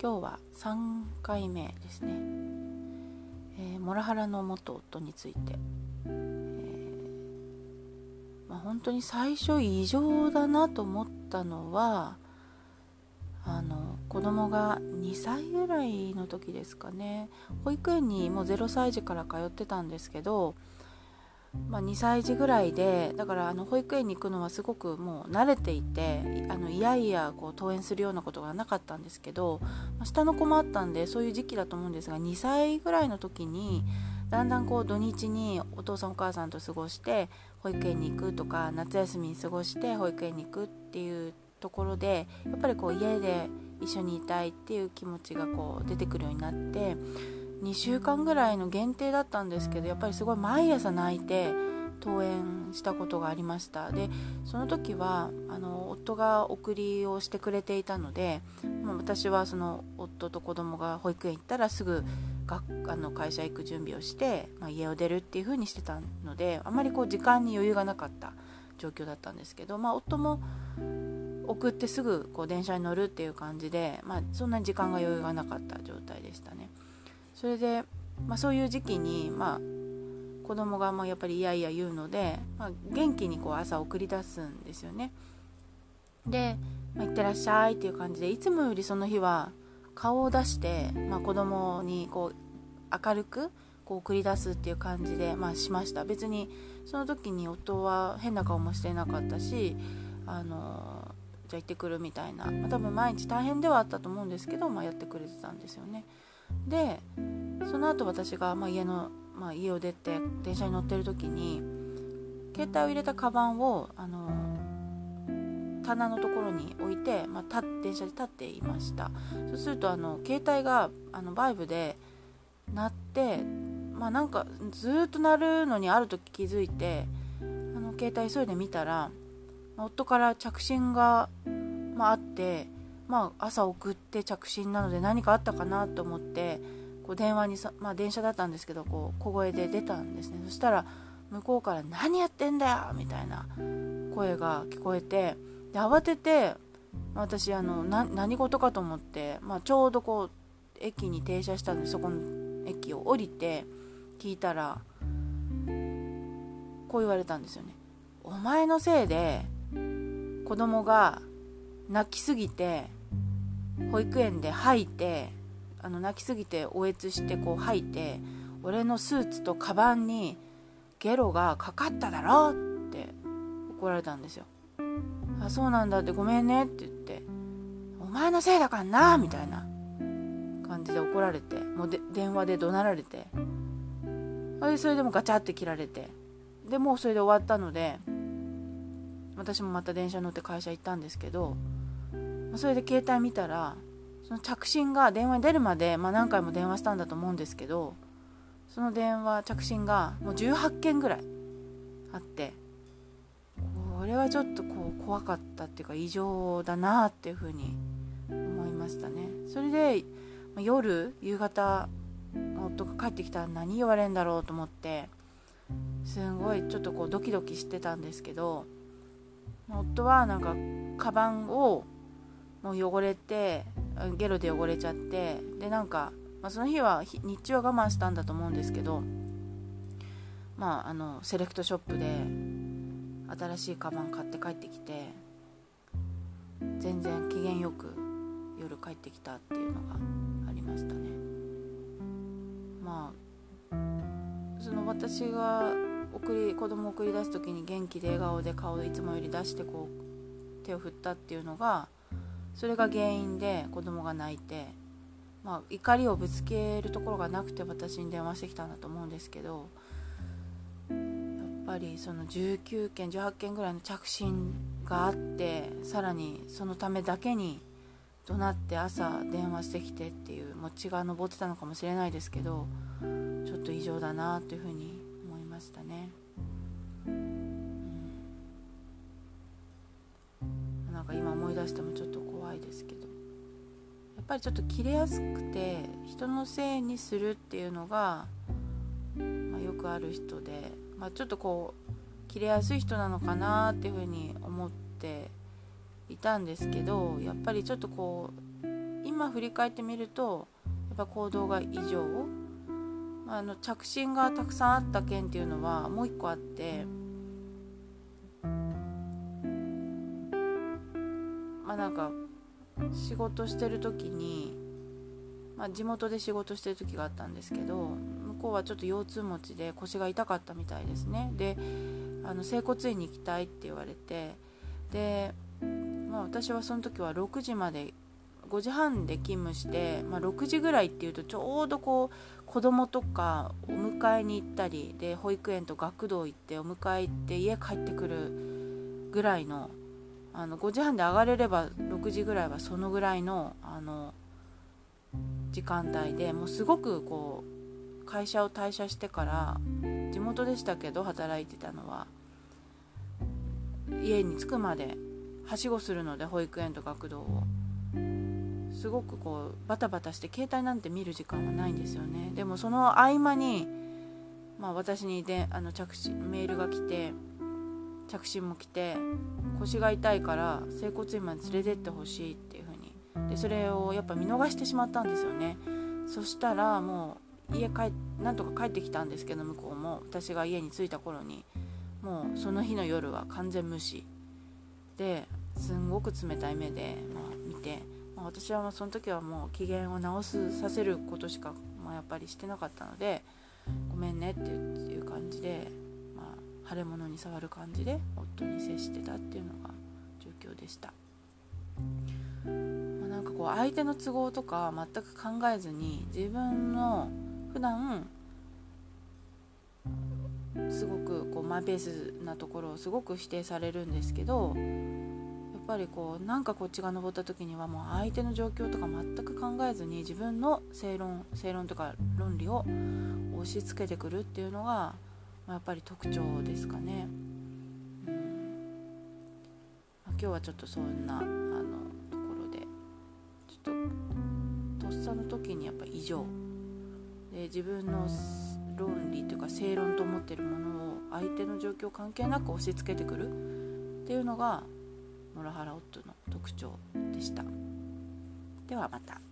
今日は3回目ですね。モラハラの元夫について、本当に最初異常だなと思ったのは、子供が2歳ぐらいの時ですかね。保育園にもう0歳児から通ってたんですけど、2歳児ぐらいで、だから保育園に行くのはすごくもう慣れていて、いやいや登園するようなことがなかったんですけど、下の子もあったんでそういう時期だと思うんですが、2歳ぐらいの時にだんだん土日にお父さんお母さんと過ごして保育園に行くとか、夏休みに過ごして保育園に行くっていうところで、やっぱり家で一緒にいたいっていう気持ちが出てくるようになって、2週間ぐらいの限定だったんですけど、やっぱりすごい毎朝泣いて登園したことがありました。でその時は夫が送りをしてくれていたので、私はその夫と子供が保育園行ったらすぐ会社行く準備をして、家を出るっていう風にしてたので、あまり時間に余裕がなかった状況だったんですけど、夫も送ってすぐ電車に乗るっていう感じで、そんなに時間が余裕がなかった状態でしたね。それで、そういう時期に、子供がやっぱりいやいや言うので、元気に朝送り出すんですよね。で、行ってらっしゃいっていう感じで、いつもよりその日は顔を出して、子供に明るく送り出すっていう感じで、しました。別にその時に夫は変な顔もしてなかったし、じゃあ行ってくるみたいな、多分毎日大変ではあったと思うんですけど、やってくれてたんですよね。でその後私が、家を出て電車に乗ってる時に、携帯を入れたカバンを棚のところに置いて、電車で立っていました。そうすると携帯がバイブで鳴って、なんかずっと鳴るのにある時気づいて、携帯急いで見たら、夫から着信が、あって、朝送って着信なので何かあったかなと思って電話に電車だったんですけど小声で出たんですね。そしたら向こうから何やってんだよみたいな声が聞こえて、で慌てて私何事かと思って、ちょうど駅に停車したんで、そこの駅を降りて聞いたらこう言われたんですよね。お前のせいで子供が泣きすぎて保育園で吐いて、泣きすぎておえつして吐いて、俺のスーツとカバンにゲロがかかっただろって怒られたんですよ。あ、そうなんだって、ごめんねって言って、お前のせいだからなみたいな感じで怒られて、もう電話で怒鳴られて、それでもガチャって切られて、でもうそれで終わったので、私もまた電車乗って会社行ったんですけど、それで携帯見たら、その着信が電話に出るまで、何回も電話したんだと思うんですけど、その着信がもう18件ぐらいあって、これはちょっと怖かったっていうか異常だなっていうふうに思いましたね。それで夕方夫が帰ってきたら何言われるんだろうと思って、すごいちょっとドキドキしてたんですけど、夫はなんかカバンをもう汚れてゲロで汚れちゃって、でその日は日中は我慢したんだと思うんですけど、セレクトショップで新しいカバン買って帰ってきて、全然機嫌よく夜帰ってきたっていうのがありましたね。その私が子供を送り出す時に元気で笑顔で顔をいつもより出して手を振ったっていうのが、それが原因で子供が泣いて、怒りをぶつけるところがなくて私に電話してきたんだと思うんですけど、やっぱりその19件18件ぐらいの着信があって、さらにそのためだけに怒鳴って朝電話してきてっていう、血が上ってたのかもしれないですけど、ちょっと異常だなというふうに思いましたね。今思い出してもちょっと怖いですけど、やっぱりちょっと切れやすくて人のせいにするっていうのが、よくある人で、ちょっと切れやすい人なのかなっていうふうに思っていたんですけど、やっぱりちょっと今振り返ってみるとやっぱ行動が異常、着信がたくさんあった件っていうのはもう一個あって、なんか仕事してる時に、地元で仕事してる時があったんですけど、向こうはちょっと腰痛持ちで腰が痛かったみたいですね。で整骨院に行きたいって言われて、で、私はその時は6時まで5時半で勤務して、6時ぐらいっていうとちょうど子供とかお迎えに行ったりで、保育園と学童行ってお迎え行って家帰ってくるぐらいの、5時半で上がれれば6時ぐらいはそのぐらいの時間帯で、もうすごく会社を退社してから地元でしたけど働いてたのは家に着くまではしごするので、保育園と学童をすごくバタバタして携帯なんて見る時間はないんですよね。でもその合間に、私にメールが来て、着信も来て、腰が痛いから整骨院まで連れてってほしいっていう風に、でそれをやっぱ見逃してしまったんですよね。そしたらもうなんとか帰ってきたんですけど、向こうも私が家に着いた頃にもうその日の夜は完全無視ですんごく冷たい目で、見て、私はその時はもう機嫌を直させることしか、やっぱりしてなかったので、ごめんねっていう感じで、腫れ物に触る感じで夫に接してたっていうのが状況でした。なんか相手の都合とか全く考えずに、自分の普段すごくマイペースなところをすごく否定されるんですけど、やっぱりなんかこっちが登った時にはもう相手の状況とか全く考えずに自分の正論とか論理を押し付けてくるっていうのがやっぱり特徴ですかね。今日はちょっとそんなところで、ちょっととっさの時にやっぱ異常で、自分の論理というか正論と思っているものを相手の状況関係なく押し付けてくるっていうのがモラハラ夫の特徴でした。ではまた。